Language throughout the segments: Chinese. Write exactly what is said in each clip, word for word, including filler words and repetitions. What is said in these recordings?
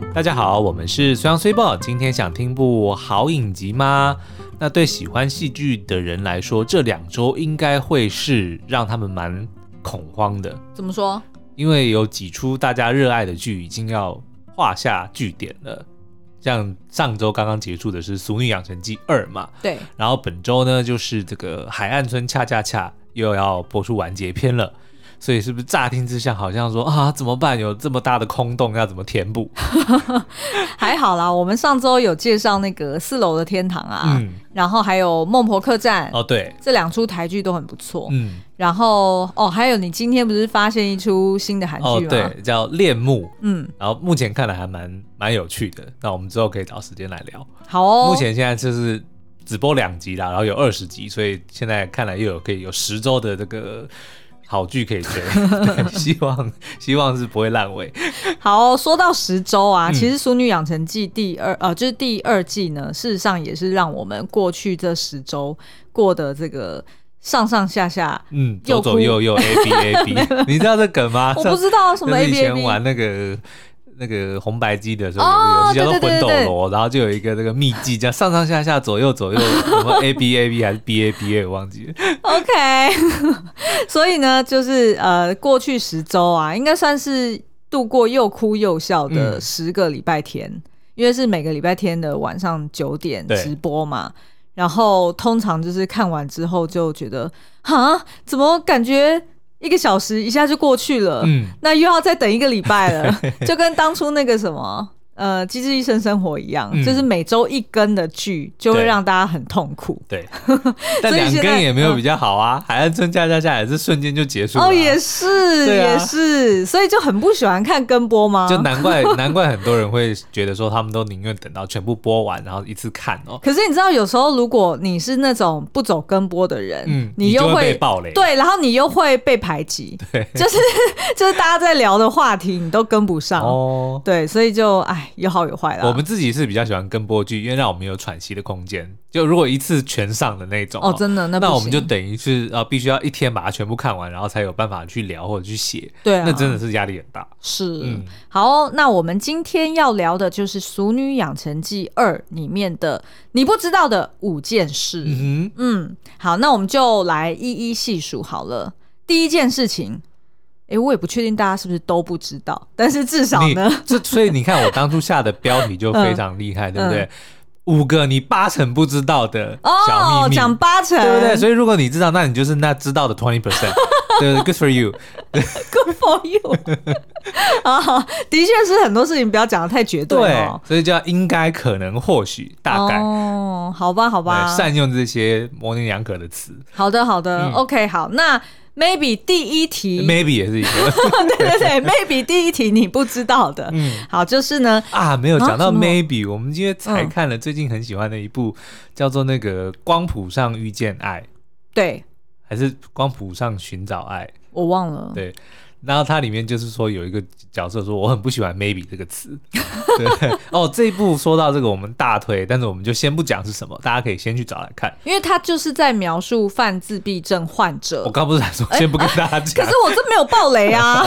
大家好，我们是虽阳虽报，今天想听部好影集吗？那对喜欢戏剧的人来说，这两周应该会是让他们蛮恐慌的。 怎么说？ 因为有几出大家热爱的剧已经要画下句点了。像上周刚刚结束的是《俗女养成记二》嘛， 对。 然后本周呢，就是这个《海岸村恰恰恰》又要播出完结篇了。所以是不是乍听之下好像说啊怎么办，有这么大的空洞要怎么填补？ 还好啦，我们上周有介绍那个四楼的天堂啊、嗯、然后还有孟婆客栈哦，对， 这两出台剧都很不错。嗯，然后哦还有你今天不是发现一出新的韩剧吗？ 哦对，叫恋慕。嗯，然后目前看来还蛮蛮有趣的，那我们之后可以找时间来聊。 好哦， 目前现在就是只播两集啦，然后有二十集，所以现在看来又有可以有十周的这个好剧可以追。希望希望是不会烂尾。 好、哦，说到十周啊、嗯、其实《俗女养成记》第二呃就是第二季呢，事实上也是让我们过去这十周过的这个上上下下嗯左左右右 A B A B 你知道这梗吗？ 我不知道什么 A B A B， 就是以前玩那个那个红白机的时候有个游戏叫做魂斗罗，然后就有一个这个秘技叫上上下下左右左右什么 A B A B 还是 B A B A 我忘记了。 OK 所以呢就是呃过去十周啊应该算是度过又哭又笑的十个礼拜天、嗯、因为是每个礼拜天的晚上九点直播嘛，然后通常就是看完之后就觉得哈怎么感觉一个小时一下就过去了、嗯、那又要再等一个礼拜了就跟当初那个什么呃机智医生生活一样、嗯、就是每周一更的剧就会让大家很痛苦。对但两更也没有比较好啊、嗯、海岸村恰恰恰也是瞬间就结束了、啊、 哦也是、啊、也是，所以就很不喜欢看跟播吗？ 就难怪难怪很多人会觉得说他们都宁愿等到全部播完然后一次看哦。 可是你知道有时候如果你是那种不走跟播的人、嗯、 你又会, 你就会被爆雷， 对，然后你又会被排挤，对，就是就是大家在聊的话题你都跟不上哦，对，所以就哎有好有坏啦。 我们自己是比较喜欢跟播剧，因为让我们有喘息的空间。就如果一次全上的那种、哦、 真的 那, 那我们就等于是、呃、必须要一天把它全部看完，然后才有办法去聊或者去写。 对、啊， 那真的是压力很大。 是、嗯、好、哦，那我们今天要聊的就是《俗女养成记二》里面的你不知道的五件事。嗯, 嗯好，那我们就来一一细数好了。第一件事情欸、我也不确定大家是不是都不知道，但是至少呢这所以你看我当初下的标题就非常厉害、嗯、对不对、嗯、五个你八成不知道的小秘密， 哦，讲八成对不对？所以如果你知道，那你就是那知道的 百分之二十 对 Good for you Good for you 啊，的确是很多事情不要讲得太绝对、哦、 对，所以叫应该可能或许大概哦，好吧好吧， 善用这些模棱两可的词。 好的好的、嗯、OK 好，那maybe 第一题 maybe 也是一个对对对maybe 第一题你不知道的、嗯、好就是呢啊没有讲到 maybe、啊、我们今天才看了最近很喜欢的一部、嗯、叫做那个光谱上遇见爱，对，还是光谱上寻找爱我忘了， 对，然后它里面就是说有一个角色说我很不喜欢 maybe 这个词对哦，这一部说到这个我们大推，但是我们就先不讲是什么，大家可以先去找来看， 因为它就是在描述泛自闭症患者。 我刚不是还说先不跟大家讲、 欸啊、可是我这没有爆雷啊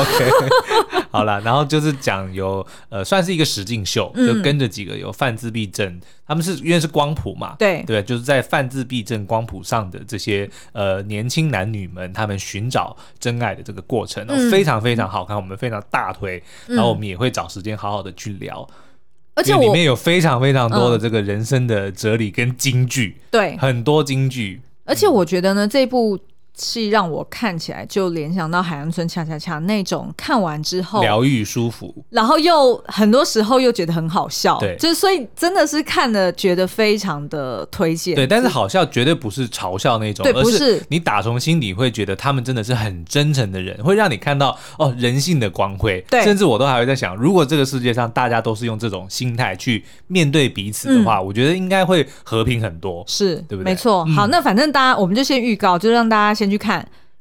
OK 好啦，然后就是讲有呃算是一个实境秀、嗯、就跟着几个有泛自闭症，他们是因为是光谱嘛，对对，就是在泛自闭症光谱上的这些呃年轻男女们，他们寻找真爱的这个过程、哦嗯、非常非常好看，我们非常大推、嗯、然后我们也会找时间好好的去聊， 而且里面有非常非常多的这个人生的哲理跟金句，对、嗯，很多金句， 而且我觉得呢、嗯、这部戏让我看起来就联想到海岸村恰恰恰那种看完之后疗愈舒服， 然后又很多时候又觉得很好笑，对，就是所以真的是看了觉得非常的推荐， 对，但是好笑绝对不是嘲笑那种，对，不是，而是你打从心底会觉得他们真的是很真诚的人，会让你看到哦人性的光辉，对，甚至我都还会在想，如果这个世界上大家都是用这种心态去面对彼此的话、嗯、我觉得应该会和平很多， 是， 对不对？ 没错、嗯、好，那反正大家我们就先预告，就让大家先去看，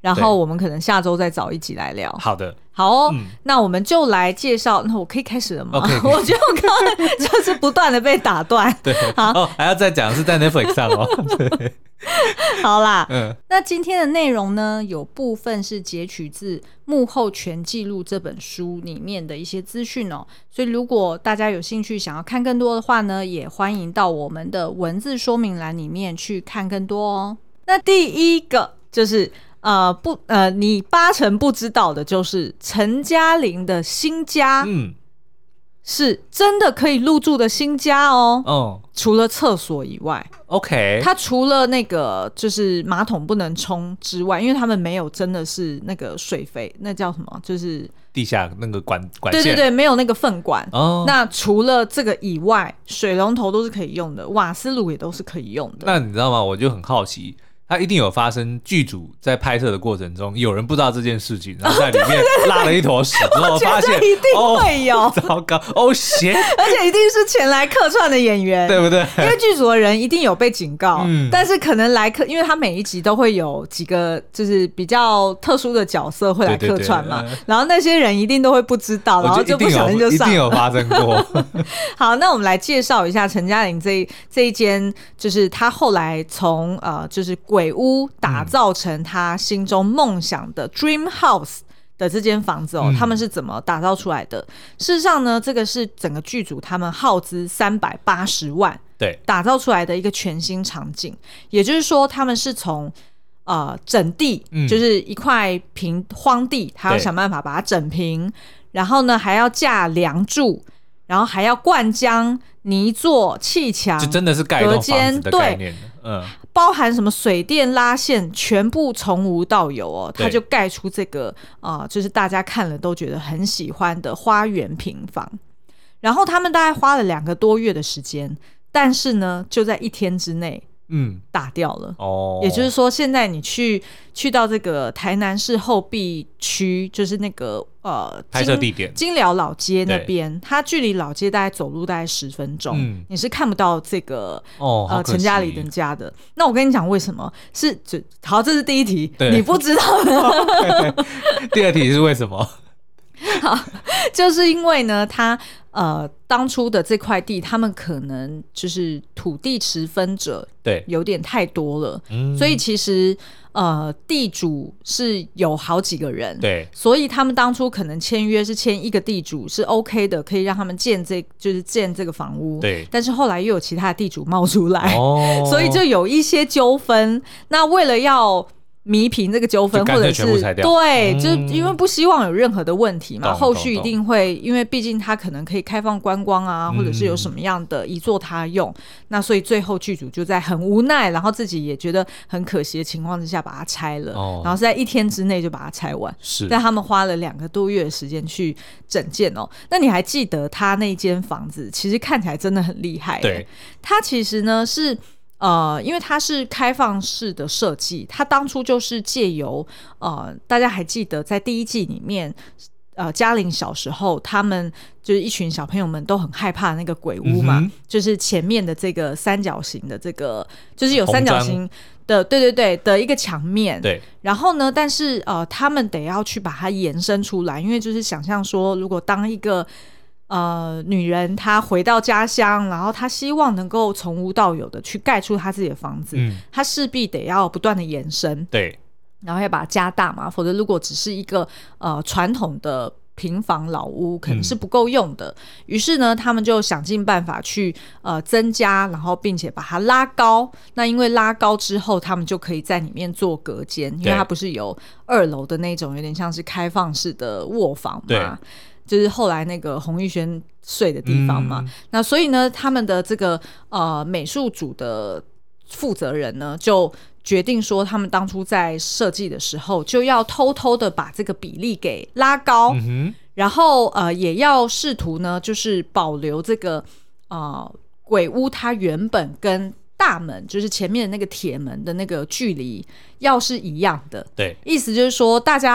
然后我们可能下周再找一集来聊。 好的， 好哦、嗯，那我们就来介绍。那我可以开始了吗？ okay, 我觉得我刚刚就是不断的被打断。 对，好、哦，还要再讲是在 Netflix 上哦。对， 好啦，嗯，那今天的内容呢，有部分是截取自《幕后全纪录》这本书里面的一些资讯哦，所以如果大家有兴趣想要看更多的话呢，也欢迎到我们的文字说明栏里面去看更多哦。那第一个就是呃不呃，你八成不知道的就是陈嘉玲的新家，嗯，是真的可以入住的新家哦。哦，除了厕所以外 ，OK， 它除了那个就是马桶不能冲之外，因为他们没有真的是那个水肥，那叫什么？就是地下那个管管线， 对对对，没有那个粪管。哦，那除了这个以外，水龙头都是可以用的，瓦斯炉也都是可以用的。 那你知道吗？我就很好奇。它一定有发生剧组在拍摄的过程中，有人不知道这件事情，然后在里面拉了一坨屎之后，发现一定会有， 哦、糟糕，哦、oh, shit， 而且一定是前来客串的演员， 对不对？ 因为剧组的人一定有被警告，嗯、但是可能来客，因为他每一集都会有几个就是比较特殊的角色会来客串嘛，对对对，然后那些人一定都会不知道，然后就不小心就上了， 一定有发生过。 好，那我们来介绍一下陈嘉玲这这一间，就是他后来从呃就是鬼屋打造成他心中梦想的 Dream House 的这间房子哦，嗯、他们是怎么打造出来的？事实上呢，这个是整个剧组他们耗资三百八十万对打造出来的一个全新场景，也就是说，他们是从呃整地、嗯，就是一块平荒地，他要想办法把它整平，然后呢还要架梁柱，然后还要灌浆、泥作、砌墙， 就真的是盖一栋房子的概念，嗯。 包含什么水电拉线，全部从无到有哦，他就盖出这个啊、呃，就是大家看了都觉得很喜欢的花园平房。然后他们大概花了两个多月的时间，但是呢，就在一天之内，嗯，打掉了。哦，也就是说，现在你去去到这个台南市后壁区，就是那个呃拍摄地点金寮老街那边，它距离老街大概走路大概十分钟、嗯，你是看不到这个哦呃陈嘉玲家的。那我跟你讲为什么是就好，这是第一题，你不知道的。 第二题是为什么？ 好，就是因为呢，他呃当初的这块地，他们可能就是土地持分者对有点太多了，嗯、所以其实呃地主是有好几个人，对，所以他们当初可能签约是签一个地主是 OK 的，可以让他们建这就是建这个房屋，对，但是后来又有其他的地主冒出来，哦，所以就有一些纠纷。那为了要弥平这个纠纷，或者是对、嗯，就因为不希望有任何的问题嘛，后续一定会，因为毕竟它可能可以开放观光啊，或者是有什么样的一作他用、嗯，那所以最后剧组就在很无奈，然后自己也觉得很可惜的情况之下把它拆了，哦、然后是在一天之内就把它拆完，是，但他们花了两个多月的时间去整建哦。那你还记得他那间房子其实看起来真的很厉害，对，他其实呢是。呃，因为它是开放式的设计，它当初就是借由呃，大家还记得在第一季里面，呃，嘉玲小时候，他们就是一群小朋友们都很害怕那个鬼屋嘛，嗯、就是前面的这个三角形的这个，就是有三角形的，对对对的一个墙面，对。然后呢，但是呃，他们得要去把它延伸出来，因为就是想象说，如果当一个呃，女人她回到家乡，然后她希望能够从无到有的去盖出她自己的房子，嗯、她势必得要不断的延伸，对，然后要把它加大嘛，否则如果只是一个呃传统的平房老屋，可能是不够用的。嗯、于是呢，他们就想尽办法去呃增加，然后并且把它拉高。那因为拉高之后，他们就可以在里面做隔间，因为它不是有二楼的那种有点像是开放式的卧房嘛。就是后来那个洪玉轩睡的地方嘛、嗯、那所以呢他们的这个呃美术组的负责人呢就决定说他们当初在设计的时候就要偷偷的把这个比例给拉高、嗯、哼然后呃也要试图呢就是保留这个呃鬼屋它原本跟大门就是前面的那个铁门的那个距离要是一样的，对，意思就是说大家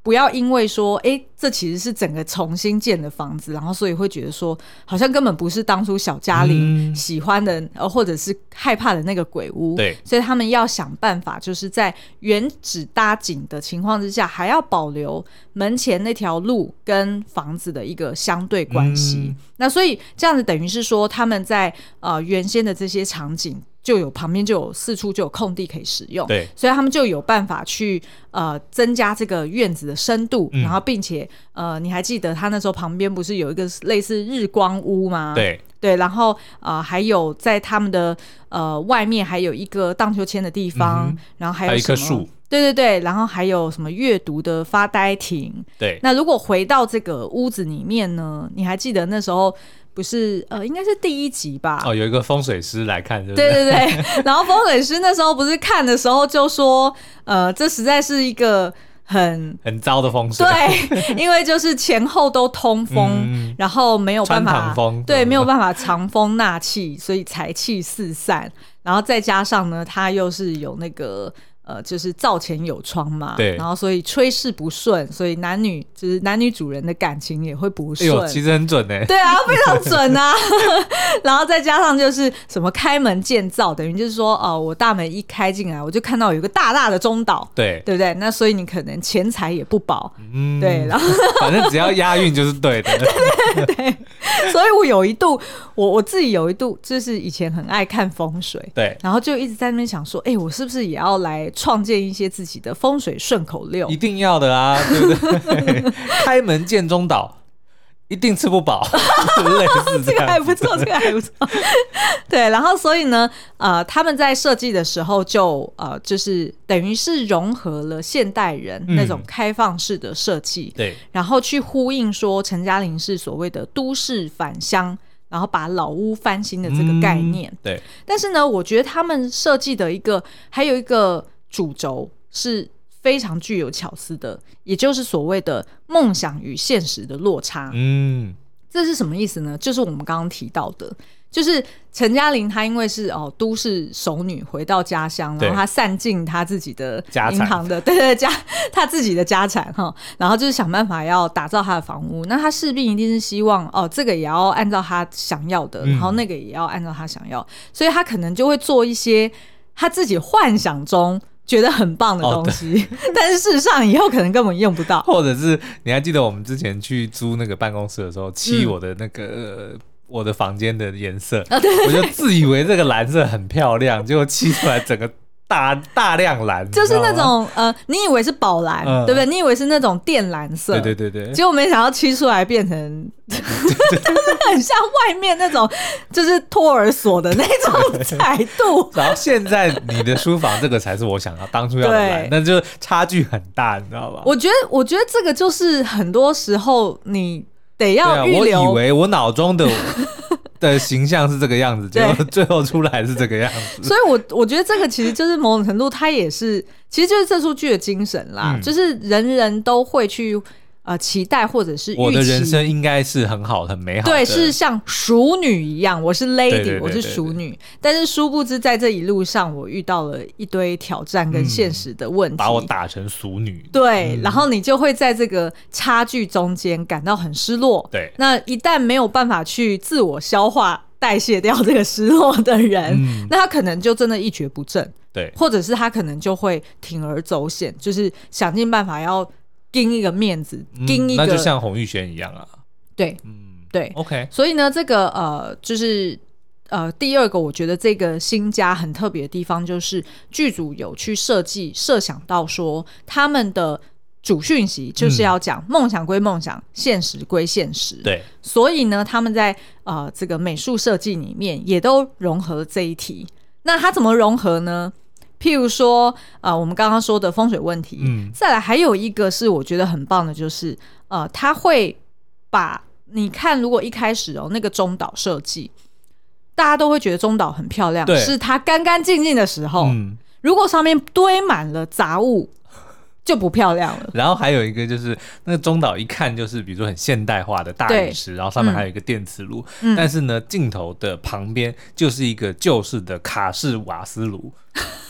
不要因为说哎，这其实是整个重新建的房子，然后所以会觉得说好像根本不是当初小嘉玲喜欢的、嗯、或者是害怕的那个鬼屋。 对， 所以他们要想办法就是在原址搭景的情况之下，还要保留门前那条路跟房子的一个相对关系、嗯、那所以这样子等于是说他们在呃原先的这些场景就有旁边就有四处就有空地可以使用， 对， 所以他们就有办法去呃增加这个院子的深度、嗯、然后并且呃你还记得他那时候旁边不是有一个类似日光屋吗？ 对对，然后呃还有在他们的呃外面还有一个荡秋千的地方、嗯、然后还有什么， 还有一棵树， 对对对，然后还有什么阅读的发呆亭。 对， 那如果回到这个屋子里面呢，你还记得那时候不是呃，应该是第一集吧？ 哦，有一个风水师来看，对不对？ 对对对。然后风水师那时候不是看的时候就说，呃，这实在是一个很很糟的风水。 对，因为就是前后都通风，嗯、然后没有办法穿堂风， 对，没有办法藏风纳气，所以财气四散。然后再加上呢，它又是有那个。呃，就是灶前有窗嘛， 对， 然后所以炊事不顺，所以男女就是男女主人的感情也会不顺。哎呦，其实很准哎、欸， 对啊，非常准啊。然后再加上就是什么开门见灶，等于就是说，哦、呃，我大门一开进来，我就看到有一个大大的中岛， 对， 对不对？那所以你可能钱财也不保，嗯，对，然后反正只要押韵就是对的， 对对对。所以我有一度，我我自己有一度就是以前很爱看风水， 对， 然后就一直在那边想说，哎、欸，我是不是也要来创建一些自己的风水顺口溜？ 一定要的啊，对不对？开门见中岛，一定吃不饱，类似这样。 这个还不错，这个还不错。对，然后所以呢，呃，他们在设计的时候就呃，就是等于是融合了现代人那种开放式的设计、嗯，对，然后去呼应说陈嘉玲是所谓的都市返乡。然后把老屋翻新的这个概念、嗯、 对。 但是呢，我觉得他们设计的一个还有一个主轴是非常具有巧思的，也就是所谓的梦想与现实的落差。嗯，这是什么意思呢？就是我们刚刚提到的，就是陈嘉玲她因为是哦都市熟女回到家乡，然后她散尽她自己的银行的对对家她自己的家产哈，然后就是想办法要打造她的房屋。那她势必一定是希望哦这个也要按照她想要的，然后那个也要按照她想要，所以她可能就会做一些她自己幻想中觉得很棒的东西、哦、但是事实上以后可能根本用不到。 或者是你还记得我们之前去租那个办公室的时候，漆我的那个、嗯呃我的房间的颜色、哦、对对对，我就自以为这个蓝色很漂亮，结果漆出来整个大大亮蓝， 就是那种呃，你以为是宝蓝、嗯、对不对？你以为是那种靛蓝色， 对对对对， 结果没想到漆出来变成很像外面那种就是托儿所的那种彩度。 然后现在你的书房这个才是我想要当初要的蓝，那就差距很大，你知道吧？ 我觉得，我觉得这个就是很多时候你得要预留、 啊、我以为我脑中的的形象是这个样子，结果最后出来是这个样子。 所以我我觉得这个其实就是某种程度它也是其实就是这出剧的精神啦、嗯、就是人人都会去呃期待或者是预期我的人生应该是很好很美好的， 对，是像淑女一样，我是 lady， 对对对对对，我是淑女，但是殊不知在这一路上我遇到了一堆挑战跟现实的问题、嗯、 把我打成淑女， 对、嗯、然后你就会在这个差距中间感到很失落。对，那一旦没有办法去自我消化代谢掉这个失落的人、嗯、那他可能就真的一蹶不振，对，或者是他可能就会铤而走险，就是想尽办法要盯一个面子，盯、嗯、一个， 那就像洪玉轩一样啊。 对，嗯，对 ，OK。 所以呢，这个呃，就是呃，第二个，我觉得这个新家很特别的地方，就是剧组有去设计、设想到说，他们的主讯息就是要讲梦想归梦想，现实归现实。对，所以呢，他们在呃这个美术设计里面也都融合了这一题。那它怎么融合呢？譬如说呃，我们刚刚说的风水问题、嗯、再来还有一个是我觉得很棒的，就是呃，他会把你看如果一开始哦那个中岛设计大家都会觉得中岛很漂亮，是它干干净净的时候、嗯、如果上面堆满了杂物就不漂亮了。 然后还有一个就是那个中岛一看就是比如说很现代化的大理石，然后上面还有一个电磁炉、嗯、但是呢镜头的旁边就是一个旧式的卡式瓦斯炉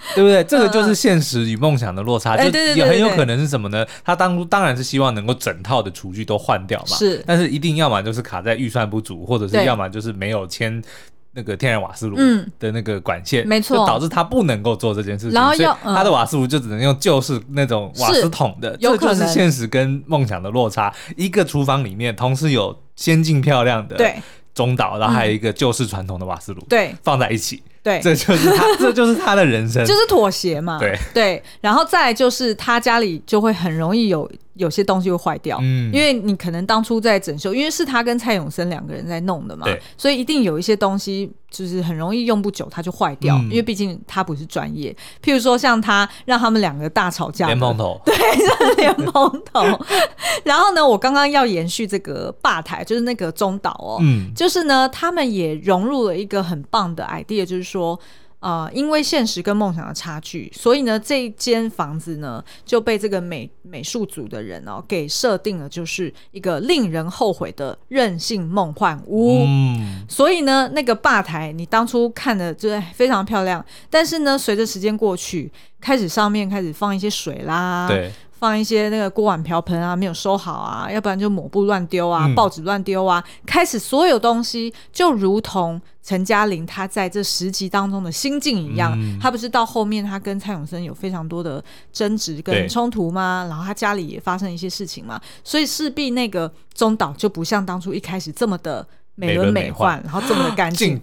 对不对？这个就是现实与梦想的落差，嗯、就也很有可能是什么呢？他当初当然是希望能够整套的厨具都换掉嘛， 是， 但是一定要么就是卡在预算不足，或者是要么就是没有签那个天然瓦斯炉的那个管线， 没错， 就导致他不能够做这件事情，然后所以他的瓦斯炉就只能用旧式那种瓦斯桶的，这就是现实跟梦想的落差。一个厨房里面同时有先进漂亮的中岛，然后还有一个旧式传统的瓦斯炉，对，放在一起。对，这就是他，这就是他的人生， 就是妥协嘛。 对对，然后再来就是他家里就会很容易有有些东西会坏掉，嗯，因为你可能当初在整修，因为是他跟蔡永森两个人在弄的嘛，对，所以一定有一些东西就是很容易用不久，它就坏掉，嗯、因为毕竟他不是专业。譬如说像他让他们两个大吵架， 莲蓬头， 对，是莲蓬头。然后呢，我刚刚要延续这个吧台，就是那个中岛哦，嗯，就是呢，他们也融入了一个很棒的 idea， 就是说。说呃，因为现实跟梦想的差距，所以呢，这一间房子呢就被这个美美术组的人哦给设定了，就是一个令人后悔的任性梦幻屋。嗯，所以呢，那个吧台你当初看的就非常漂亮，但是呢，随着时间过去，开始上面开始放一些水啦，对。放一些那个锅碗瓢盆啊没有收好啊，要不然就抹布乱丢啊、嗯、报纸乱丢啊，开始所有东西就如同陈嘉玲她在这十集当中的心境一样、嗯、她不是到后面她跟蔡永森有非常多的争执跟冲突吗？然后她家里也发生一些事情嘛，所以势必那个中岛就不像当初一开始这么的美轮美奂，然后这么的干净。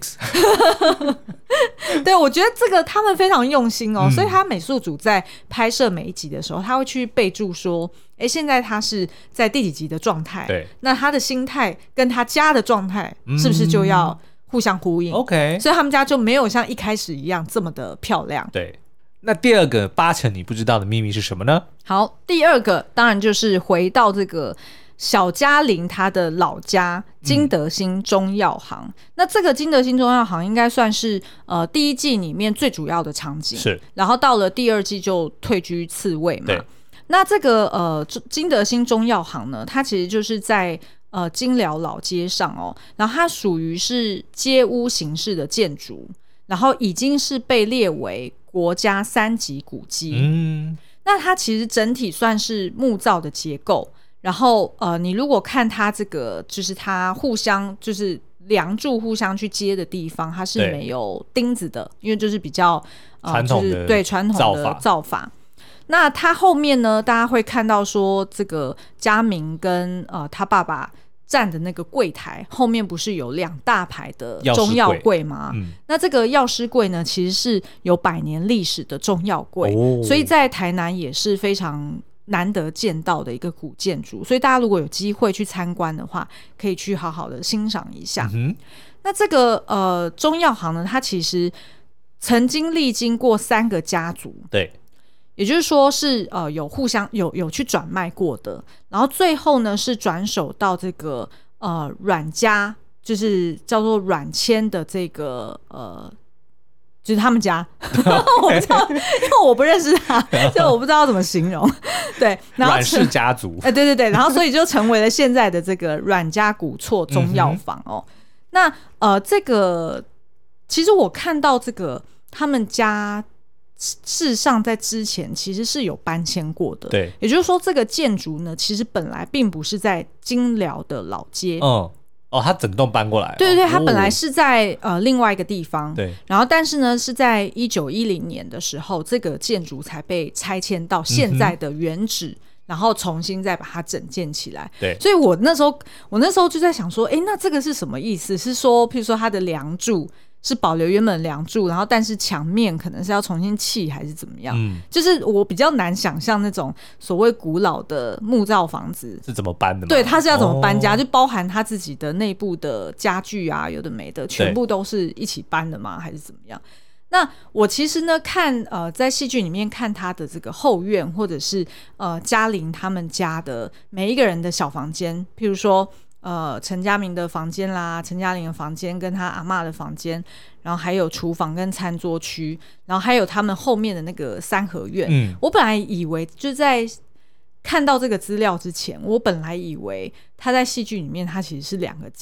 对，我觉得这个他们非常用心哦、嗯、所以他美术组在拍摄每一集的时候，他会去备注说哎，现在他是在第几集的状态，对，那他的心态跟他家的状态是不是就要互相呼应、嗯、OK， 所以他们家就没有像一开始一样这么的漂亮。 对，那第二个八成你不知道的秘密是什么呢？ 好，第二个当然就是回到这个小嘉玲她的老家金德兴中药行、嗯、那这个金德兴中药行应该算是呃第一季里面最主要的场景，是，然后到了第二季就退居次位嘛。对，那这个呃金德兴中药行呢，它其实就是在呃金寮老街上哦，然后它属于是街屋形式的建筑，然后已经是被列为国家三级古迹。嗯，那它其实整体算是木造的结构，然后呃，你如果看它这个就是它互相就是梁柱互相去接的地方，它是没有钉子的，因为就是比较传统的、呃就是、 对传统的造法。那它后面呢，大家会看到说这个嘉明跟呃他爸爸站的那个柜台后面不是有两大排的中药柜吗、嗯、那这个药师柜呢其实是有百年历史的中药柜、哦、所以在台南也是非常难得见到的一个古建筑，所以大家如果有机会去参观的话，可以去好好的欣赏一下、嗯、那这个呃中药行呢，它其实曾经历经过三个家族，对，也就是说是呃有互相有有去转卖过的，然后最后呢是转手到这个呃阮家，就是叫做阮谦的这个呃就是他们家我不知道，因为我不认识他，就我不知道怎么形容。对，然后阮氏家族， 哎、欸，对对对，然后所以就成为了现在的这个阮家古厝中药房哦。嗯、那呃，这个其实我看到这个他们家事实上在之前其实是有搬迁过的，对，也就是说这个建筑呢，其实本来并不是在金寮的老街，嗯。 哦，他整栋搬过来、哦、 对对对，他本来是在、哦、呃另外一个地方，对，然后但是呢是在一九一零年的时候，这个建筑才被拆迁到现在的原址、嗯、然后重新再把它整建起来。对，所以我那时候我那时候就在想说，哎，那这个是什么意思？是说譬如说它的梁柱是保留原本的梁柱，然后但是墙面可能是要重新砌还是怎么样、嗯、就是我比较难想象那种所谓古老的木造房子是怎么搬的吗？ 对，它是要怎么搬家、哦、就包含它自己的内部的家具啊有的没的全部都是一起搬的吗？还是怎么样？那我其实呢看呃在戏剧里面看他的这个后院，或者是呃嘉玲他们家的每一个人的小房间，譬如说呃，陈嘉明的房间啦，陈嘉玲的房间跟他阿嬷的房间，然后还有厨房跟餐桌区，然后还有他们后面的那个三合院、嗯、我本来以为就在看到这个资料之前，我本来以为他在戏剧里面他其实是两个景，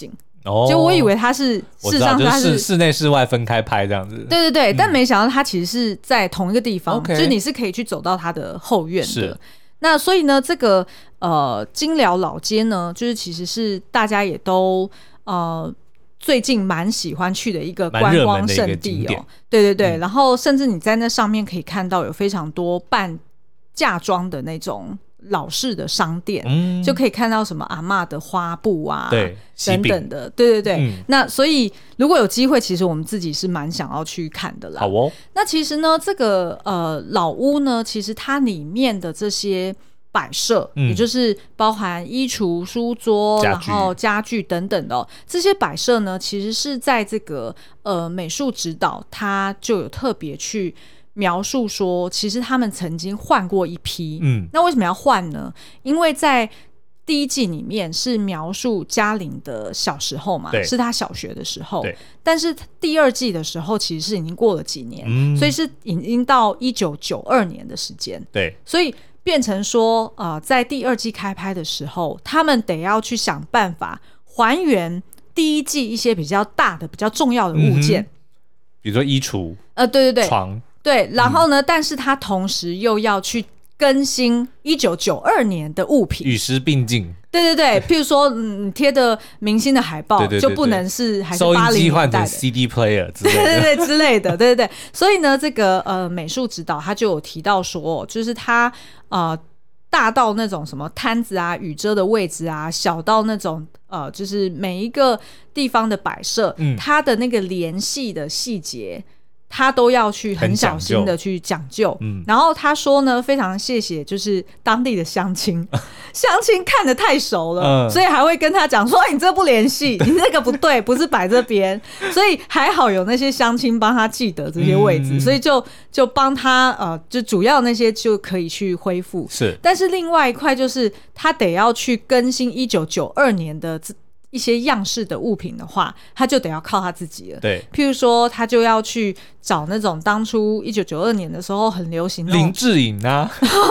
哦，就我以为它是事实上它是、 就是、室内室外分开拍这样子， 对对对、嗯、但没想到它其实是在同一个地方、okay、就你是可以去走到它的后院的。那所以呢这个呃金寮老街呢，就是其实是大家也都呃最近蛮喜欢去的一个观光胜地哦，对对对、嗯、然后甚至你在那上面可以看到有非常多办嫁妆的那种老式的商店、嗯、就可以看到什么阿嬷的花布啊对等等的，对对对、嗯、那所以如果有机会其实我们自己是蛮想要去看的啦。 好哦， 那其实呢这个呃老屋呢，其实它里面的这些摆设、嗯、也就是包含衣橱、书桌然后家具等等的、哦、这些摆设呢，其实是在这个呃美术指导它就有特别去描述说其实他们曾经换过一批。嗯，那为什么要换呢？因为在第一季里面是描述嘉玲的小时候嘛，是他小学的时候，但是第二季的时候其实是已经过了几年、嗯、所以是已经到一九九二年的时间。对，所以变成说呃，在第二季开拍的时候他们得要去想办法还原第一季一些比较大的比较重要的物件、嗯、 比如说衣橱呃，对对对， 床， 对，然后呢、嗯、但是他同时又要去更新一九九二年的物品， 与时并进。 对对对，譬如说你贴的明星的海报对对对对就不能是还是八零年代的，收音机换成 C D player 之类的， 对对对之类的，对对对。所以呢，这个呃美术指导他就有提到说，就是他呃大到那种什么摊子啊、雨遮的位置啊，小到那种呃就是每一个地方的摆设，嗯，他的那个联系的细节。他都要去很小心的去讲究、嗯、然后他说呢非常谢谢就是当地的乡亲乡亲看得太熟了、嗯、所以还会跟他讲说你这不联系你那个不对不是摆这边所以还好有那些乡亲帮他记得这些位置、嗯、所以就就帮他呃就主要那些就可以去恢复。是，但是另外一块就是他得要去更新一九九二年的一些样式的物品的话，他就得要靠他自己了。对，譬如说他就要去找那种当初一九九二年的时候很流行的林志颖啊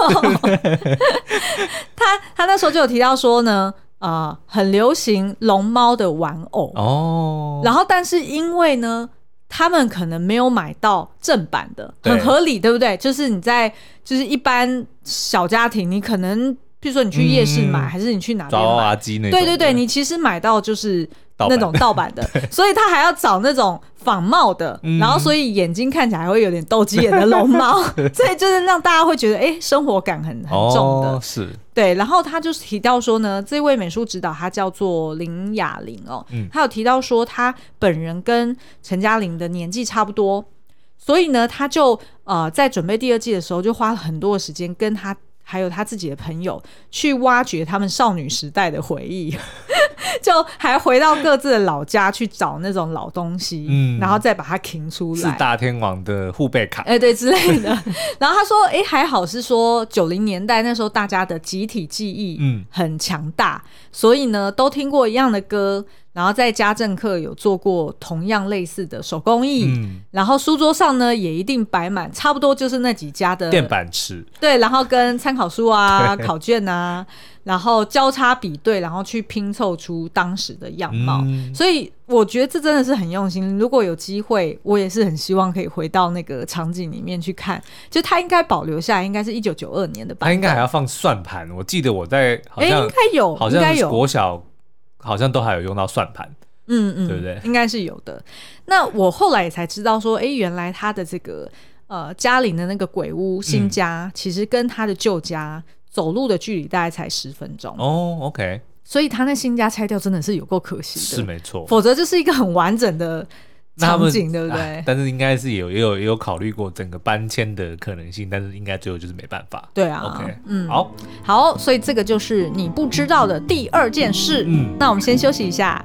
他他那时候就有提到说呢呃，很流行龙猫的玩偶哦，然后但是因为呢他们可能没有买到正版的，很合理对不对？就是你在就是一般小家庭你可能譬如说你去夜市买、嗯、还是你去哪边买抓娃娃机那种， 对对对，你其实买到就是那种盗版的所以他还要找那种仿冒的、嗯、然后所以眼睛看起来还会有点斗鸡眼的龙猫所以就是让大家会觉得哎，生活感很很重的、哦、是对。然后他就是提到说呢，这位美术指导他叫做林雅玲哦、嗯，他有提到说他本人跟陈嘉玲的年纪差不多，所以呢他就呃在准备第二季的时候就花了很多的时间跟他还有他自己的朋友去挖掘他们少女时代的回忆就还回到各自的老家去找那种老东西、嗯、然后再把它拼出来， 四大天王的护贝卡、 欸、对之类的然后他说哎、欸，还好是说九零年代那时候大家的集体记忆很强大、嗯、所以呢都听过一样的歌，然后在家政课有做过同样类似的手工艺、嗯、然后书桌上呢也一定摆满差不多就是那几家的电板尺， 对，然后跟参考书啊考卷啊，然后交叉比对，然后去拼凑出当时的样貌、嗯、所以我觉得这真的是很用心。如果有机会我也是很希望可以回到那个场景里面去看，就它应该保留下来应该是一九九二年的版本， 它应该还要放算盘，我记得我在好像、欸、 应该有好像是国小好像都还有用到算盘， 嗯嗯， 对不对？ 应该是有的。那我后来也才知道说，哎，原来他的这个呃嘉玲的那个鬼屋新家、嗯，其实跟他的旧家走路的距离大概才十分钟。 哦 ，OK。所以他那新家拆掉真的是有够可惜的， 是没错。 否则就是一个很完整的场景，对不对？ 但是应该是有也有也有考虑过整个搬迁的可能性，但是应该最后就是没办法。 对啊 ，OK， 嗯， 好， 好，所以这个就是你不知道的第二件事。嗯，那我们先休息一下。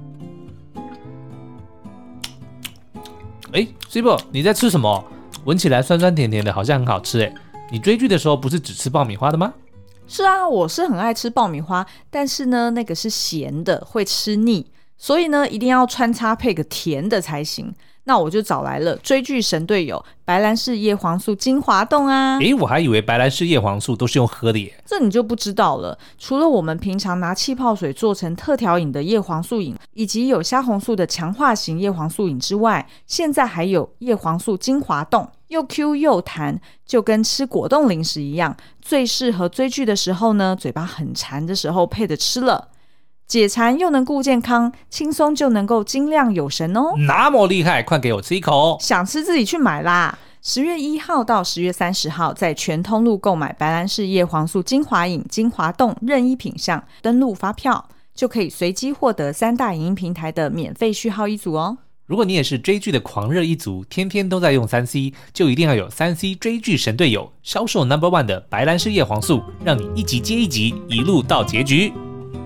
哎 ，Cibo， 你在吃什么？闻起来酸酸甜甜的，好像很好吃哎。你追剧的时候不是只吃爆米花的吗？ 是啊，我是很爱吃爆米花，但是呢，那个是咸的，会吃腻。 所以呢一定要穿插配个甜的才行。那我就找来了追剧神队友白兰氏叶黄素精华冻啊。 诶，我还以为白兰氏叶黄素都是用喝的耶。 这你就不知道了。除了我们平常拿气泡水做成特调饮的叶黄素饮，以及有虾红素的强化型叶黄素饮之外，现在还有叶黄素精华冻，又 Q 又弹，就跟吃果冻零食一样，最适合追剧的时候呢，嘴巴很馋的时候配着吃了，解馋又能顾健康，轻松就能够精亮有神哦。 那么厉害，快给我吃一口。 想吃自己去买啦。十月一号到十月三十号在全通路购买白兰氏叶黄素精华饮、精华冻任意品项，登录发票就可以随机获得三大影音平台的免费序号一组哦。 如果你也是追剧的狂热一族，天天都在用 三 C， 就一定要有 三 C 追剧神队友，销售 number one 的白兰氏叶黄素，让你一集接一集，一路到结局。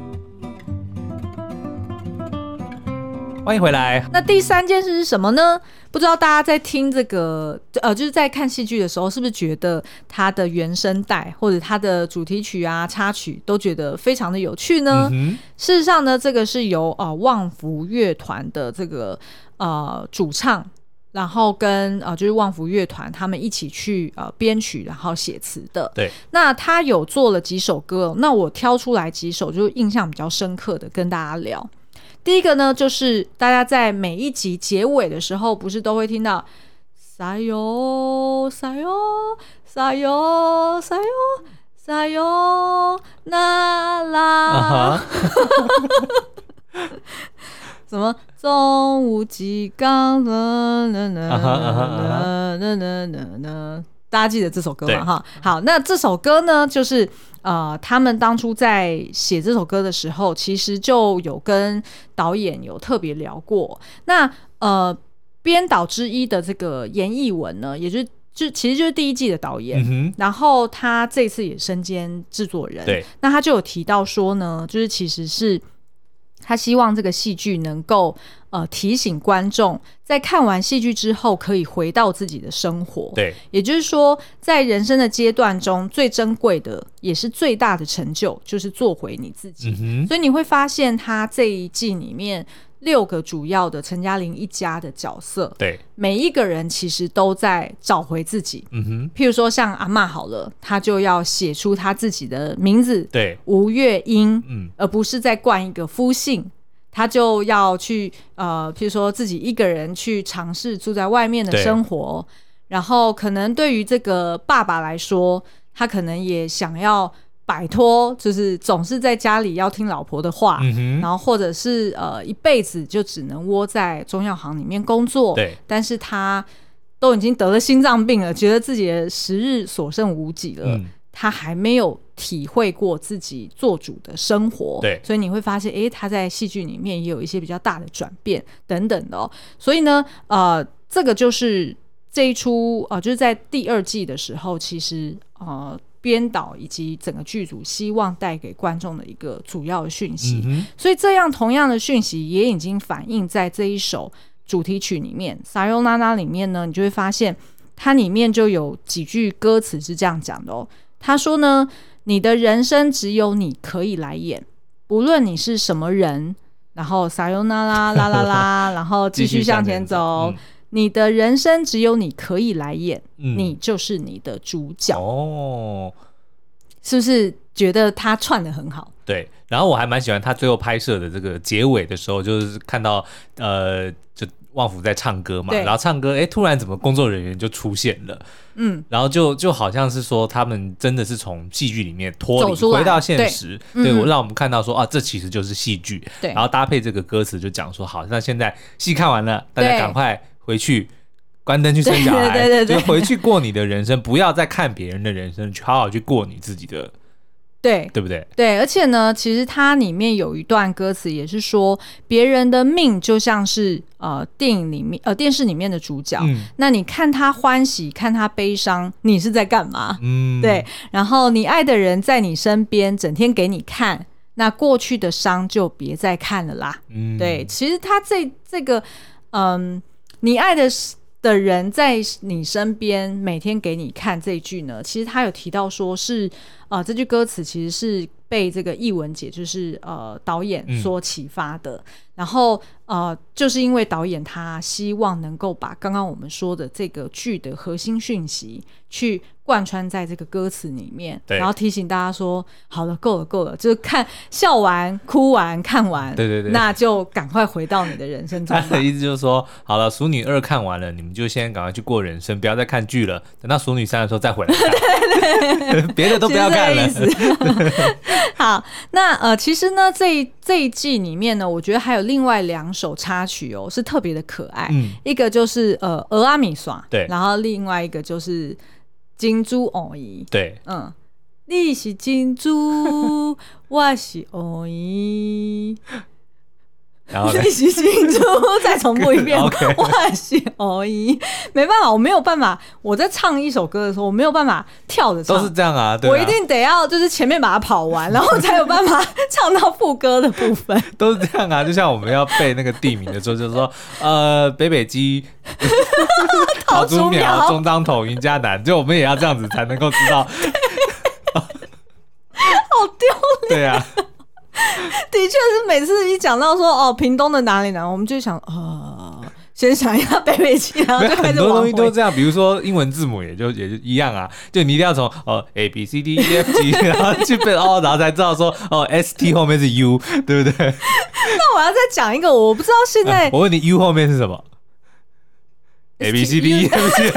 欢迎回来。 那第三件事是什么呢？不知道大家在听这个呃，就是在看戏剧的时候，是不是觉得它的原声带或者它的主题曲啊、插曲都觉得非常的有趣呢？嗯、事实上呢，这个是由呃旺福乐团的这个呃主唱，然后跟呃就是旺福乐团他们一起去呃编曲，然后写词的。 对。 那他有做了几首歌，那我挑出来几首就是印象比较深刻的跟大家聊。第一个呢，就是大家在每一集结尾的时候，不是都会听到撒哟撒哟撒哟撒哟撒哟那拉，什么中午鸡缸呢呢呢呢呢呢呢，大家记得这首歌吗？哈，好，那这首歌呢，就是呃，他们当初在写这首歌的时候，其实就有跟导演有特别聊过。那呃，编导之一的这个严艺文呢，也就是就其实就是第一季的导演，嗯、然后他这次也身兼制作人。 对， 那他就有提到说呢，就是其实是他希望这个戏剧能够呃提醒观众，在看完戏剧之后可以回到自己的生活。 对， 也就是说，在人生的阶段中，最珍贵的也是最大的成就，就是做回你自己。嗯、所以你会发现，他这一季里面六个主要的陈嘉玲一家的角色， 对， 每一个人其实都在找回自己。嗯哼，譬如说像阿嬷好了，他就要写出他自己的名字， 对， 吴月英，嗯，而不是再冠一个夫姓。他就要去呃，譬如说自己一个人去尝试住在外面的生活，然后可能对于这个爸爸来说，他可能也想要摆脱，就是总是在家里要听老婆的话，嗯、然后或者是呃一辈子就只能窝在中药行里面工作， 对， 但是他都已经得了心脏病了，觉得自己的时日所剩无几了。嗯，他还没有体会过自己做主的生活， 对， 所以你会发现，哎，他在戏剧里面也有一些比较大的转变等等的哦。所以呢，呃，这个就是这一出呃，就是在第二季的时候，其实呃，编导以及整个剧组希望带给观众的一个主要的讯息。嗯、所以这样同样的讯息也已经反映在这一首主题曲里面，《Sayonara》里面呢，你就会发现它里面就有几句歌词是这样讲的哦。他说呢，你的人生只有你可以来演，不论你是什么人，然后撒尤那拉啦啦啦，然后继续向前走。嗯、你的人生只有你可以来演，嗯、你就是你的主角。哦，是不是觉得他串得很好？ 对，然后我还蛮喜欢他最后拍摄的这个结尾的时候，就是看到呃，就旺福在唱歌嘛，然后唱歌，哎，突然怎么工作人员就出现了，嗯，然后就就好像是说他们真的是从戏剧里面脱离回到现实，对，对、嗯、我让我们看到说啊，这其实就是戏剧，对，然后搭配这个歌词就讲说，好，那现在戏看完了，大家赶快回去关灯去生小孩，对对对对，就回去过你的人生，不要再看别人的人生，去好好去过你自己的。 对， 对不对？ 对，而且呢，其实它里面有一段歌词也是说，别人的命就像是呃电影里面呃电视里面的主角，嗯、那你看他欢喜，看他悲伤，你是在干嘛？嗯，对。然后你爱的人在你身边，整天给你看，那过去的伤就别再看了啦。嗯，对。其实他这这个嗯，你爱的的人在你身边，每天给你看这一句呢，其实他有提到说是呃这句歌词其实是被这个艺文姐就是呃导演所启发的、嗯、然后呃就是因为导演他希望能够把刚刚我们说的这个剧的核心讯息去贯穿在这个歌词里面，然后提醒大家说好了够了够了，就是看笑完哭完看完， 对对对， 那就赶快回到你的人生中吧。 他的意思就是说好了，熟女二看完了，你们就先赶快去过人生，不要再看剧了，等到熟女三的时候再回来看对对别的都不要看了好，那呃，其实呢这一这一季里面呢，我觉得还有另外两首插曲哦，是特别的可爱、嗯、一个就是呃俄阿米耍， 对， 然后另外一个就是金珠偶姨， 对， 嗯，你是金珠我是偶姨然后你是金珠再重复一遍okay. 我是偶姨，没办法，我没有办法，我在唱一首歌的时候我没有办法跳着唱， 都是这样啊，对啊， 我一定得要就是前面把它跑完然后才有办法唱到副歌的部分都是这样啊，就像我们要背那个地名的时候就是说呃北北基桃竹苗中彰头云嘉南，就我们也要这样子才能够知道好丢脸， 对啊， 的确是每次一讲到说哦屏东的哪里哪，我们就想呃先想一下北北基，然后就开始往回。很多东西都这样，比如说英文字母也就也就一样啊，就你一定要从哦 A B C D E F G 然后去背哦，然后才知道说哦 S T 后面是 U， 对不对？ 那我要再讲一个，我不知道现在、 嗯、我问你 U 后面是什么？A B C D E F G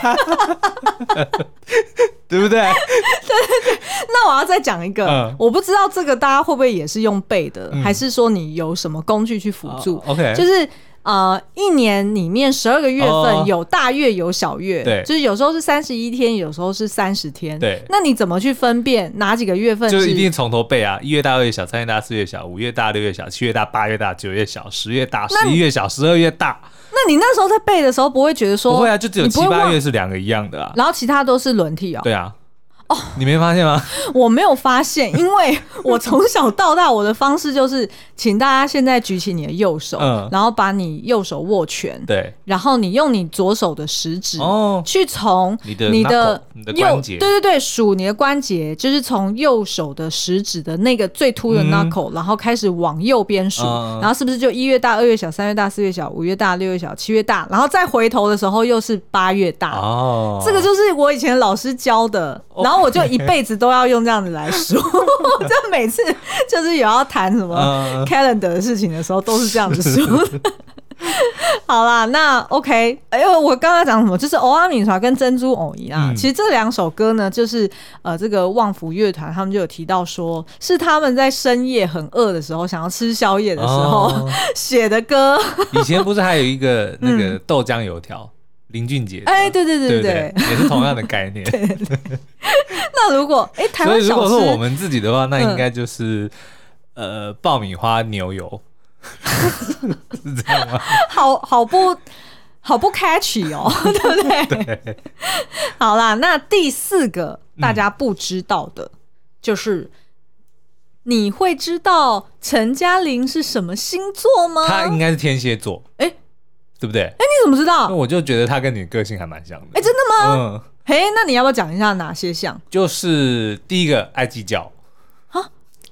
对不对？对对对，那我要再讲一个、嗯、我不知道这个大家会不会也是用背的、嗯、还是说你有什么工具去辅助、 哦、OK 就是呃，一年里面十二个月份有大月有小月、 哦、对， 就是有时候是三十一天，有时候是三十天， 对， 那你怎么去分辨哪几个月份是？ 就是一定从头背啊，一月大二月小，三月大四月小，五月大六月小，七月大八月大，九月小，十月大，十一月小，十二月大。 那你那时候在背的时候不会觉得说不会啊，就只有七八月是两个一样的啊， 然后其他都是轮替哦。 对啊。哦，你没发现吗？ 我没有发现，因为我从小到大我的方式就是请大家现在举起你的右手、嗯、然后把你右手握拳， 对， 然后你用你左手的食指、哦、去从你的你的你的关节， 对对对，数你的关节，就是从右手的食指的那个最凸的 knuckle、嗯、然后开始往右边数、嗯、然后是不是就一月大，二月小，三月大，四月小，五月大，六月小，七月大，然后再回头的时候又是八月大。哦，这个就是我以前老师教的，然后我就一辈子都要用这样子来数就每次就是有要谈什么 calendar 的事情的时候都是这样子数的好啦，那 OK， 哎呦，我刚刚讲什么？就是欧阿米耍跟珍珠偶姨啊、嗯。其实这两首歌呢，就是呃，这个旺福乐团他们就有提到说，是他们在深夜很饿的时候，想要吃宵夜的时候、哦、写的歌。 以前不是还有一个那个豆浆油条？嗯，林俊杰， 哎，对对对 对, 对, 对，也是同样的概念。对对对那如果哎，台湾小吃， 所以如果是我们自己的话，那应该就是、嗯、呃爆米花牛油，是这样吗？ 好好不好不 catchy 哦，对不对？对。好啦，那第四个大家不知道的，嗯、就是你会知道陈嘉玲是什么星座吗？ 她应该是天蝎座，哎。对不对？哎， 你怎么知道？ 我就觉得他跟你个性还蛮像的。 哎，真的吗？嗯。嘿，那你要不要讲一下哪些像？ 就是第一个爱计较。 啊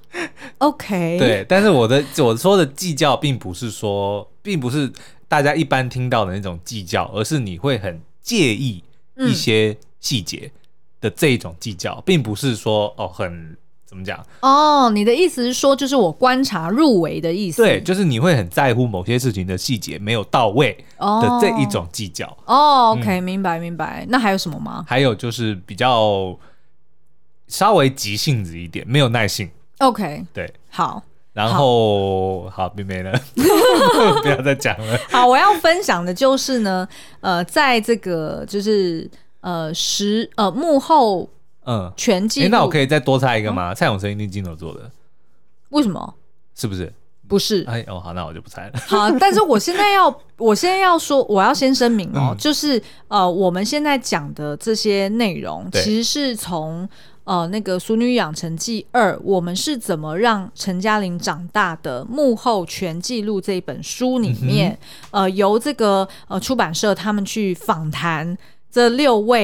？OK。 对，但是我的我说的计较，并不是说，并不是大家一般听到的那种计较，而是你会很介意一些细节的这一种计较，嗯、并不是说哦很。怎么讲？ 哦，你的意思是说，就是我观察入微的意思？ 对，就是你会很在乎某些事情的细节没有到位的这一种计较。 哦 ，OK，、嗯、明白明白。那还有什么吗？ 还有就是比较稍微急性子一点，没有耐性。 OK， 对， 好。 然后好，没没了，不要再讲了。 好，我要分享的就是呢，呃，在这个就是呃实呃幕后。嗯，全记录、欸。 那我可以再多猜一个吗？嗯、蔡永生一定金牛座的， 为什么？ 是不是？ 不是。 哎哦，好，那我就不猜了。 好，但是我现在要，我现在要说，我要先声明哦，嗯、就是呃，我们现在讲的这些内容，其实是从呃那个《俗女养成记二》，我们是怎么让陈嘉玲长大的幕后全记录这一本书里面，嗯、呃，由这个呃出版社他们去访谈这六位。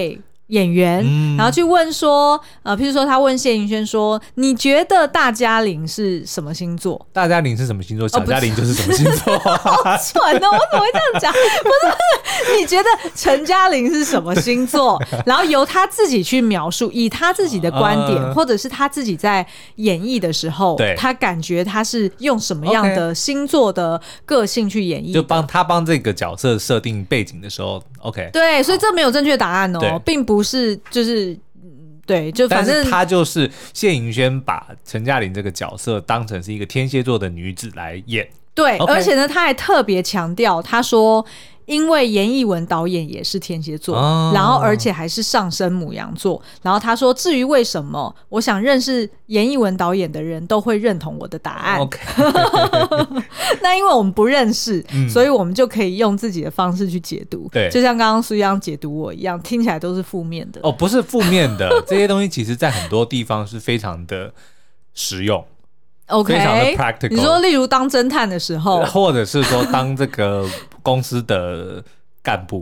演员、嗯、然后去问说呃，譬如说他问谢盈萱说你觉得大嘉玲是什么星座？ 大嘉玲是什么星座？小嘉玲就是什么星座？ 好蠢哦，我怎么会这样讲？不是，你觉得陈嘉玲是什么星座？然后由他自己去描述，以他自己的观点、呃、或者是他自己在演绎的时候，他感觉他是用什么样的星座的个性去演绎， 就帮他帮这个角色设定背景的时候 OK。 对，所以这没有正确答案哦，并不是就是对，就反正但是他就是谢盈萱把陈嘉玲这个角色当成是一个天蝎座的女子来演。 对、 okay. 而且呢他还特别强调，他说因为严艺文导演也是天蝎座、哦、然后而且还是上升牡羊座，然后他说至于为什么，我想认识严艺文导演的人都会认同我的答案、okay. 那因为我们不认识、嗯、所以我们就可以用自己的方式去解读，对，就像刚刚苏央解读我一样，听起来都是负面的哦，不是负面的这些东西其实在很多地方是非常的实用 OK， 非常的 practical。 你说例如当侦探的时候， 或者是说当这个公司的干部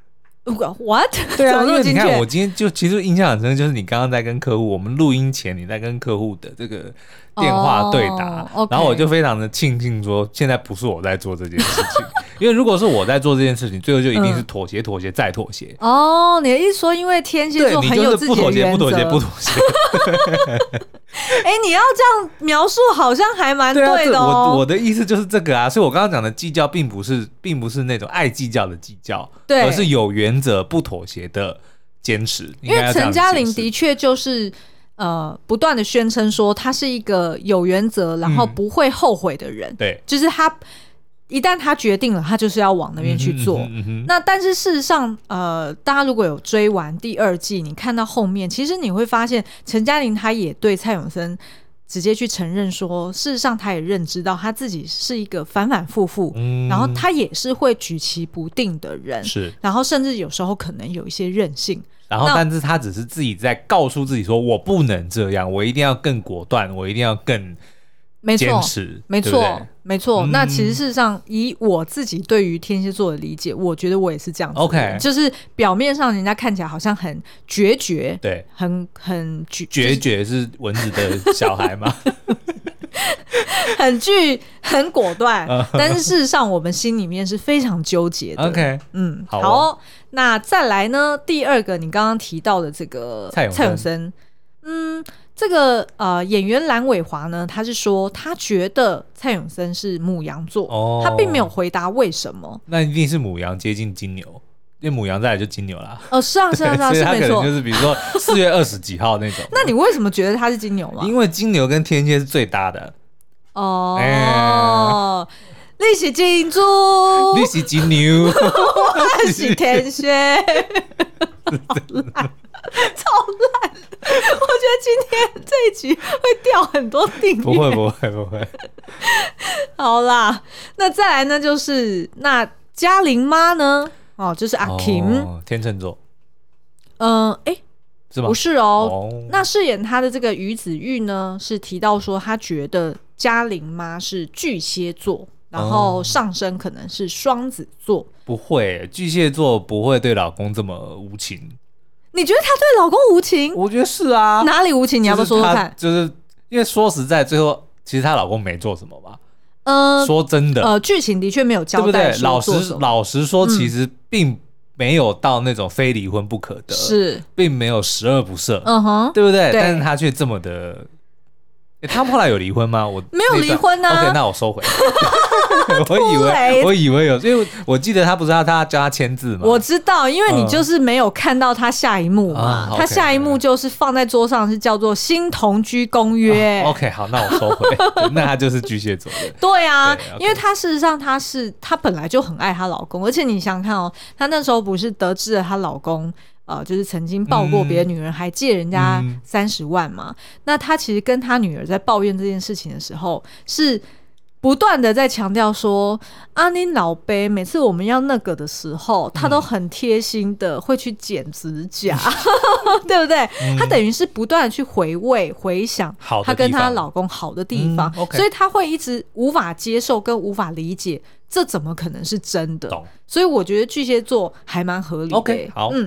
What？ 对啊，因为你看我今天就其实印象很深，就是你刚刚在跟客户，我们录音前你在跟客户的这个电话对答、oh, okay. 然后我就非常的庆幸说现在不是我在做这件事情因为如果是我在做这件事情，最后就一定是妥协妥协再妥协。 哦、oh, 你的意思说因为天蝎座很有自己的原则， 不妥协不妥协不妥协哎、欸，你要这样描述好像还蛮对的哦、 啊、我, 我的意思就是这个啊，所以我刚刚讲的计较并不是并不是那种爱计较的计较，对，而是有原则不妥协的坚持。 因为陈嘉玲的确就是呃不断的宣称说他是一个有原则然后不会后悔的人、嗯、对，就是他一旦他决定了他就是要往那边去做、嗯嗯嗯、那但是事实上呃，大家如果有追完第二季，你看到后面其实你会发现陈嘉玲他也对蔡永森直接去承认说事实上他也认知到他自己是一个反反复复、嗯、然后他也是会举棋不定的人，是，然后甚至有时候可能有一些任性， 然后但是他只是自己在告诉自己说我不能这样，我一定要更果断，我一定要更坚持， 没错，没错，没错、嗯。那其实事实上，以我自己对于天蝎座的理解，我觉得我也是这样子的。OK， 就是表面上人家看起来好像很决绝，对，很很决决绝是蚊子的小孩吗？ 很具很果断，但是事实上我们心里面是非常纠结的。OK， 嗯，好、哦好，那再来呢？第二个，你刚刚提到的这个蔡永森，嗯。这个呃演员蓝伟华呢，他是说他觉得蔡永森是牡羊座、哦、他并没有回答为什么。 那一定是牡羊接近金牛，因为牡羊再来就金牛啦。 哦，是啊是啊是啊， 所以他可能就是比如说四月二十几号那种。 那你为什么觉得他是金牛吗？ 因为金牛跟天蝎是最搭的。 哦、欸，你是金猪， 你是金牛， 我是天蝎。好烂，超烂！我觉得今天这一集会掉很多订阅。 不会不会不会。 好啦，那再来呢，就是那嘉玲妈呢？哦，就是阿 Kim，、 哦、天秤座。 嗯、呃，哎、欸， 是吗？ 不是 哦, 哦。那饰演她的这个于子玉呢，是提到说，她觉得嘉玲妈是巨蟹座。然后上升可能是双子座、哦、 不会，巨蟹座不会对老公这么无情。 你觉得她对老公无情？ 我觉得是啊。 哪里无情？你要不要说说看？ 就是、就是、因为说实在，最后其实她老公没做什么吧。呃，说真的， 呃，剧情的确没有交代，对不对？ 老实老实说，其实并没有到那种非离婚不可的，是，并没有十恶不赦，嗯哼，对不对？对，但是他却这么的。欸、他们后来有离婚吗？我没有离婚啊。 OK， 那我收回。我以为我以为有，因为我记得他不是要他叫他签字吗？ 我知道，因为你就是没有看到他下一幕嘛。嗯、他下一幕就是放在桌上，是叫做《新同居公约》 哦。OK， 好，那我收回。那他就是巨蟹座的。 对啊，對 okay. 因为他事实上他是他本来就很爱她老公，而且你想想看哦，她那时候不是得知了她老公。呃，就是曾经抱过别的女人、嗯、还借人家三十万嘛、嗯、那他其实跟他女儿在抱怨这件事情的时候是不断的在强调说啊你老爸每次我们要那个的时候他都很贴心的会去剪指甲、嗯、对不对、嗯、他等于是不断的去回味回想他跟他老公好的地方、嗯 okay、所以他会一直无法接受跟无法理解这怎么可能是真的，所以我觉得巨蟹座还蛮合理的、欸、 OK 好，嗯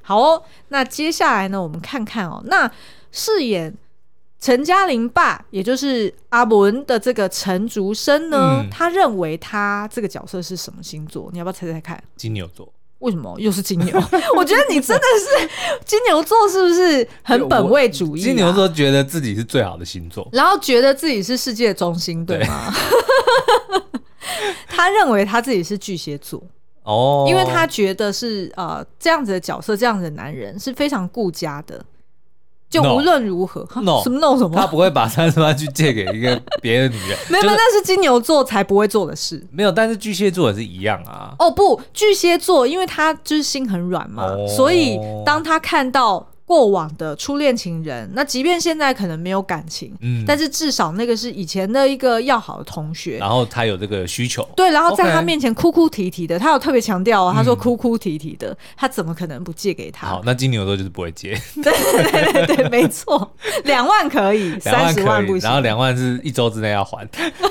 好哦，那接下来呢，我们看看哦，那饰演陈嘉玲爸，也就是阿文的这个陈竹生呢、嗯，他认为他这个角色是什么星座？你要不要猜猜看？ 金牛座。 为什么又是金牛？我觉得你真的是金牛座，是不是很本位主义、啊？ 金牛座觉得自己是最好的星座， 然后觉得自己是世界中心，对吗？对他认为他自己是巨蟹座。哦，因为他觉得是呃这样子的角色，这样子的男人是非常顾家的。就无论如何 no, 什么 no 什么， 他不会把三十万去借给一个别的女人。 没有，那是金牛座才不会做的事。 没有，但是巨蟹座也是一样啊。 哦不，巨蟹座因为他就是心很软嘛、哦，所以当他看到过往的初恋情人，那即便现在可能没有感情、嗯、但是至少那个是以前的一个要好的同学， 然后他有这个需求， 对，然后在他面前哭哭啼啼的，他有特别强调、哦、他说哭哭啼啼的、嗯、他怎么可能不借给他？ 好，那金牛座就是不会借。 对对对对，没错，两万可以，三十万不行， 然后两万是一周之内要还。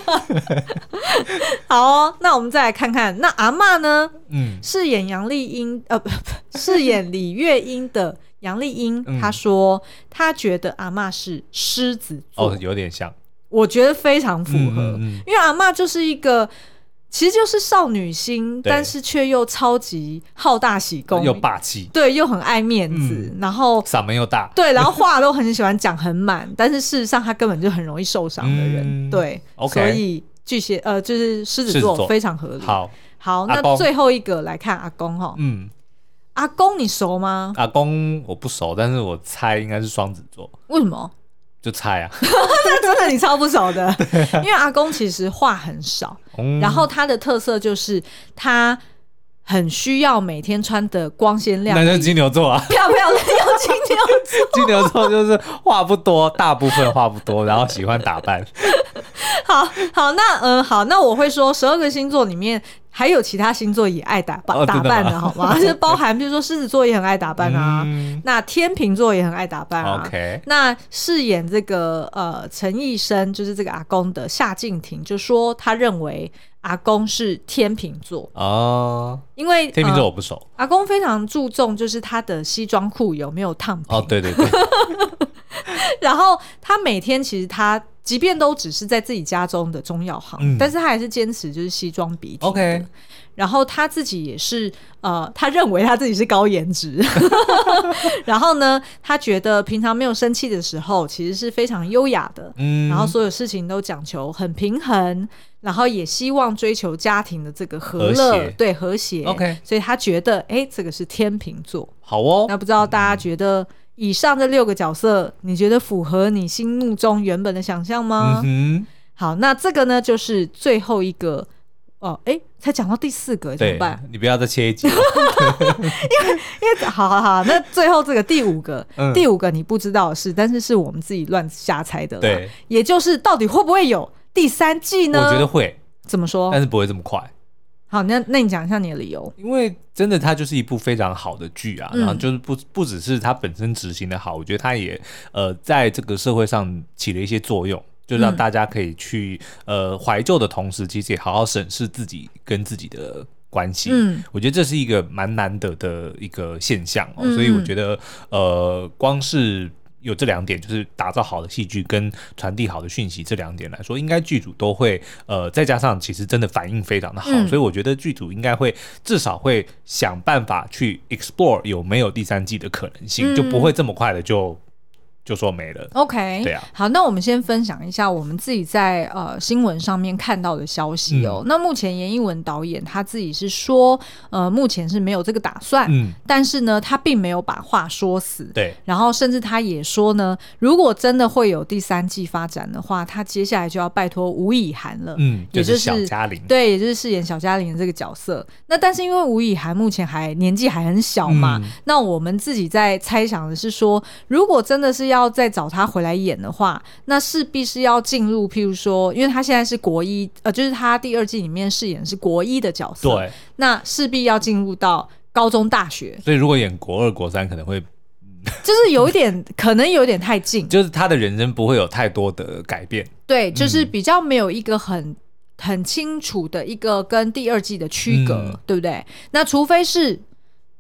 好哦，那我们再来看看，那阿嬷呢？嗯，饰演杨丽英呃不饰演李月英的杨丽英、嗯、她说她觉得阿嬷是狮子座。 哦，有点像， 我觉得非常符合、嗯嗯嗯、因为阿嬷就是一个其实就是少女心，但是却又超级好大喜功， 又霸气， 对，又很爱面子、嗯、然后嗓门又大， 对，然后话都很喜欢讲很满但是事实上她根本就很容易受伤的人、嗯、对、okay、所以巨蟹呃就是狮子座非常合理。 好好，那最后一个来看阿公齁。嗯，阿公你熟吗？ 阿公我不熟，但是我猜应该是双子座。 为什么？ 就猜啊。 那真的你超不熟的。因为阿公其实话很少、嗯、然后他的特色就是他很需要每天穿的光鲜亮丽， 那就是金牛座啊， 漂漂亮亮金牛座。 金牛座就是话不多，大部分话不多，然后喜欢打扮。 好好，那呃好，那我会说十二个星座里面还有其他星座也爱打扮、哦、打扮的好吗？就是包含比如说狮子座也很爱打扮啊、嗯、那天秤座也很爱打扮啊、 okay、 那饰演这个呃陈奕生就是这个阿公的夏靖庭就说他认为阿公是天秤座哦，因为天秤座我不熟、呃、 阿公非常注重就是他的西装裤有没有烫平。 哦对对对。 然后他每天其实他即便都只是在自己家中的中药行、嗯、但是他还是坚持就是西装笔挺的。 OK， 然后他自己也是呃，他认为他自己是高颜值。然后呢他觉得平常没有生气的时候其实是非常优雅的、嗯、然后所有事情都讲求很平衡，然后也希望追求家庭的这个和乐，和对和谐。 OK， 所以他觉得哎，这个是天秤座。 好哦， 那不知道大家觉得以上这六个角色你觉得符合你心目中原本的想象吗？嗯哼，好，那这个呢就是最后一个哦，哎，才讲到第四个怎么办？ 你不要再切一集。因为因为好好好，那最后这个第五个、嗯、第五个你不知道的是，但是是我们自己乱瞎猜的啦。对，也就是到底会不会有第三季呢？ 我觉得会。 怎么说？ 但是不会这么快。 好，那那你讲一下你的理由。 因为真的它就是一部非常好的剧啊、嗯、然后就是不不只是它本身执行的好，我觉得它也呃在这个社会上起了一些作用，就让大家可以去、嗯、呃怀旧的同时其实也好好审视自己跟自己的关系。嗯，我觉得这是一个蛮难得的一个现象哦、嗯、所以我觉得呃光是有这两点，就是打造好的戏剧跟传递好的讯息，这两点来说应该剧组都会呃再加上其实真的反应非常的好、嗯、所以我觉得剧组应该会至少会想办法去 explore 有没有第三季的可能性、嗯、就不会这么快的就就说没了。 OK， 对啊。 好，那我们先分享一下我们自己在呃新闻上面看到的消息哦、嗯、那目前严艺文导演他自己是说呃目前是没有这个打算、嗯、但是呢他并没有把话说死。 对， 然后甚至他也说呢，如果真的会有第三季发展的话，他接下来就要拜托吴以涵了。 嗯， 也就是小嘉玲。 对，也就是饰演小嘉玲的这个角色。那但是因为吴以涵目前还年纪还很小嘛、嗯、那我们自己在猜想的是说，如果真的是要要再找他回来演的话，那势必是要进入譬如说，因为他现在是国一呃，就是他第二季里面饰演的是国一的角色， 对， 那势必要进入到高中大学， 所以如果演国二国三可能会就是有一点可能有点太近， 就是他的人生不会有太多的改变， 对，就是比较没有一个很很清楚的一个跟第二季的区隔、嗯、对不对？那除非是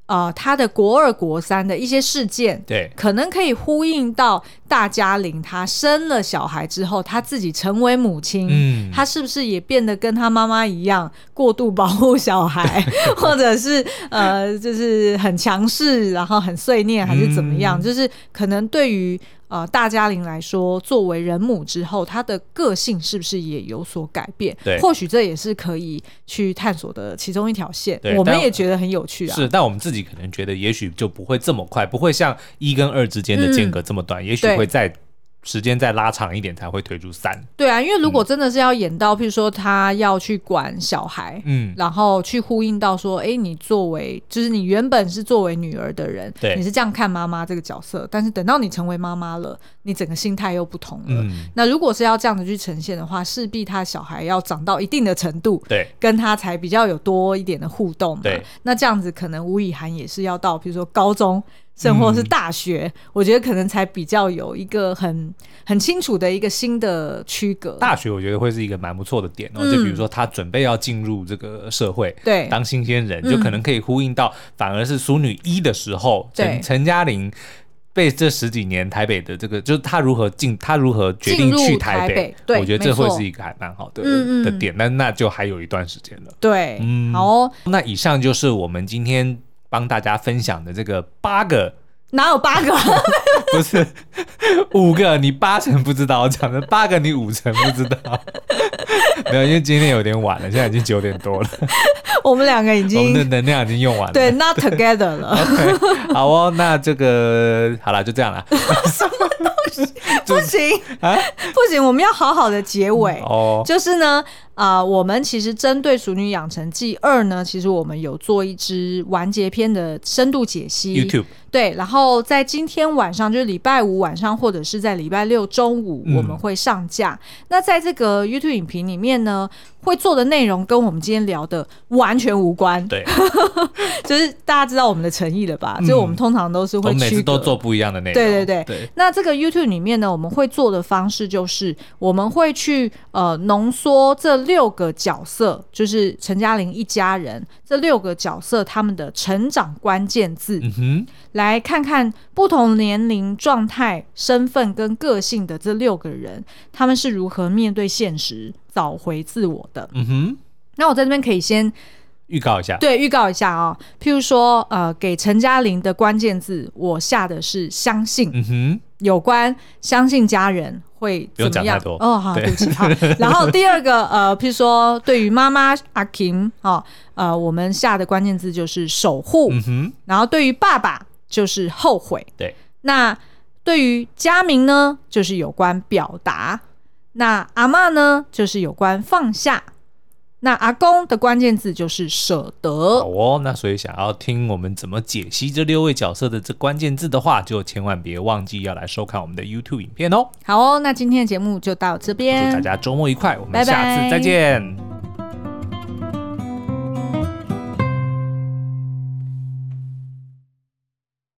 呃，他的国二国三的一些事件， 对， 可能可以呼应到大嘉玲她生了小孩之后，她自己成为母亲，嗯，她是不是也变得跟她妈妈一样过度保护小孩，或者是呃，就是很强势，然后很碎念，还是怎么样？嗯、就是可能对于呃，大嘉玲来说，作为人母之后，她的个性是不是也有所改变？ 对， 或许这也是可以去探索的其中一条线。我们也觉得很有趣啊。 是，但我们自己可能觉得，也许就不会这么快，不会像一跟二之间的间隔这么短，嗯、也许会在时间再拉长一点才会推出三。 对啊，因为如果真的是要演到，譬如说他要去管小孩，嗯，然后去呼应到说，哎，你作为就是你原本是作为女儿的人， 对， 你是这样看妈妈这个角色，但是等到你成为妈妈了，你整个心态又不同了。嗯、那如果是要这样子去呈现的话，势必他小孩要长到一定的程度， 对， 跟他才比较有多一点的互动嘛。 对， 那这样子可能吴以涵也是要到，比如说高中。甚或是大学、嗯、我觉得可能才比较有一个很很清楚的一个新的区隔。 大学我觉得会是一个蛮不错的点哦、嗯、就比如说他准备要进入这个社会， 对， 当新鲜人、嗯、就可能可以呼应到反而是淑女一的时候，陈陈嘉玲被这十几年台北的这个，就是他如何进，他如何决定去台北， 台北对， 我觉得这会是一个还蛮好的、嗯、的点，但那就还有一段时间了。 对，嗯，好哦。 那以上就是我们今天帮大家分享的这个八个， 哪有八个？ 不是五个，你八成不知道，我讲的八个你五成不知道。没有，因为今天有点晚了，现在已经九点多了。 我们两个已经， 我们的能量已经用完了， 对 ，not together 了。 okay, 好哦，那这个好了，就这样了。 什么东西？不行啊，不行，我们要好好的结尾。哦，就是呢。啊、呃，我们其实针对《熟女养成记二》呢，其实我们有做一支完结篇的深度解析 YouTube， 对，然后在今天晚上，就是礼拜五晚上，或者是在礼拜六中午，我们会上架。嗯、那在这个 YouTube 影评里面呢，会做的内容跟我们今天聊的完全无关。 对， 就是大家知道我们的诚意了吧？嗯、就是我们通常都是会区隔， 我们每次都做不一样的内容。 对对 对, 对。那这个 YouTube 里面呢，我们会做的方式就是，我们会去呃浓缩这六个角色，就是陈嘉玲一家人这六个角色他们的成长关键字、嗯、哼来看看不同年龄状态身份跟个性的这六个人他们是如何面对现实找回自我的。嗯哼，那我在这边可以先预告一下， 对，预告一下哦。譬如说，呃，给陈嘉玲的关键字，我下的是相信，嗯哼，有关相信家人会怎么样？哦，好，对不起，好。然后第二个，呃，譬如说，对于妈妈阿 Kim， 哦，呃，我们下的关键字就是守护，嗯哼。然后对于爸爸就是后悔， 对。 那对于家明呢，就是有关表达；那阿嬷呢，就是有关放下。那阿公的关键字就是舍得。 好哦，那所以想要听我们怎么解析这六位角色的这关键字的话，就千万别忘记要来收看我们的 YouTube 影片哦。 好哦，那今天的节目就到这边， 祝大家周末愉快，我们下次再见。拜拜。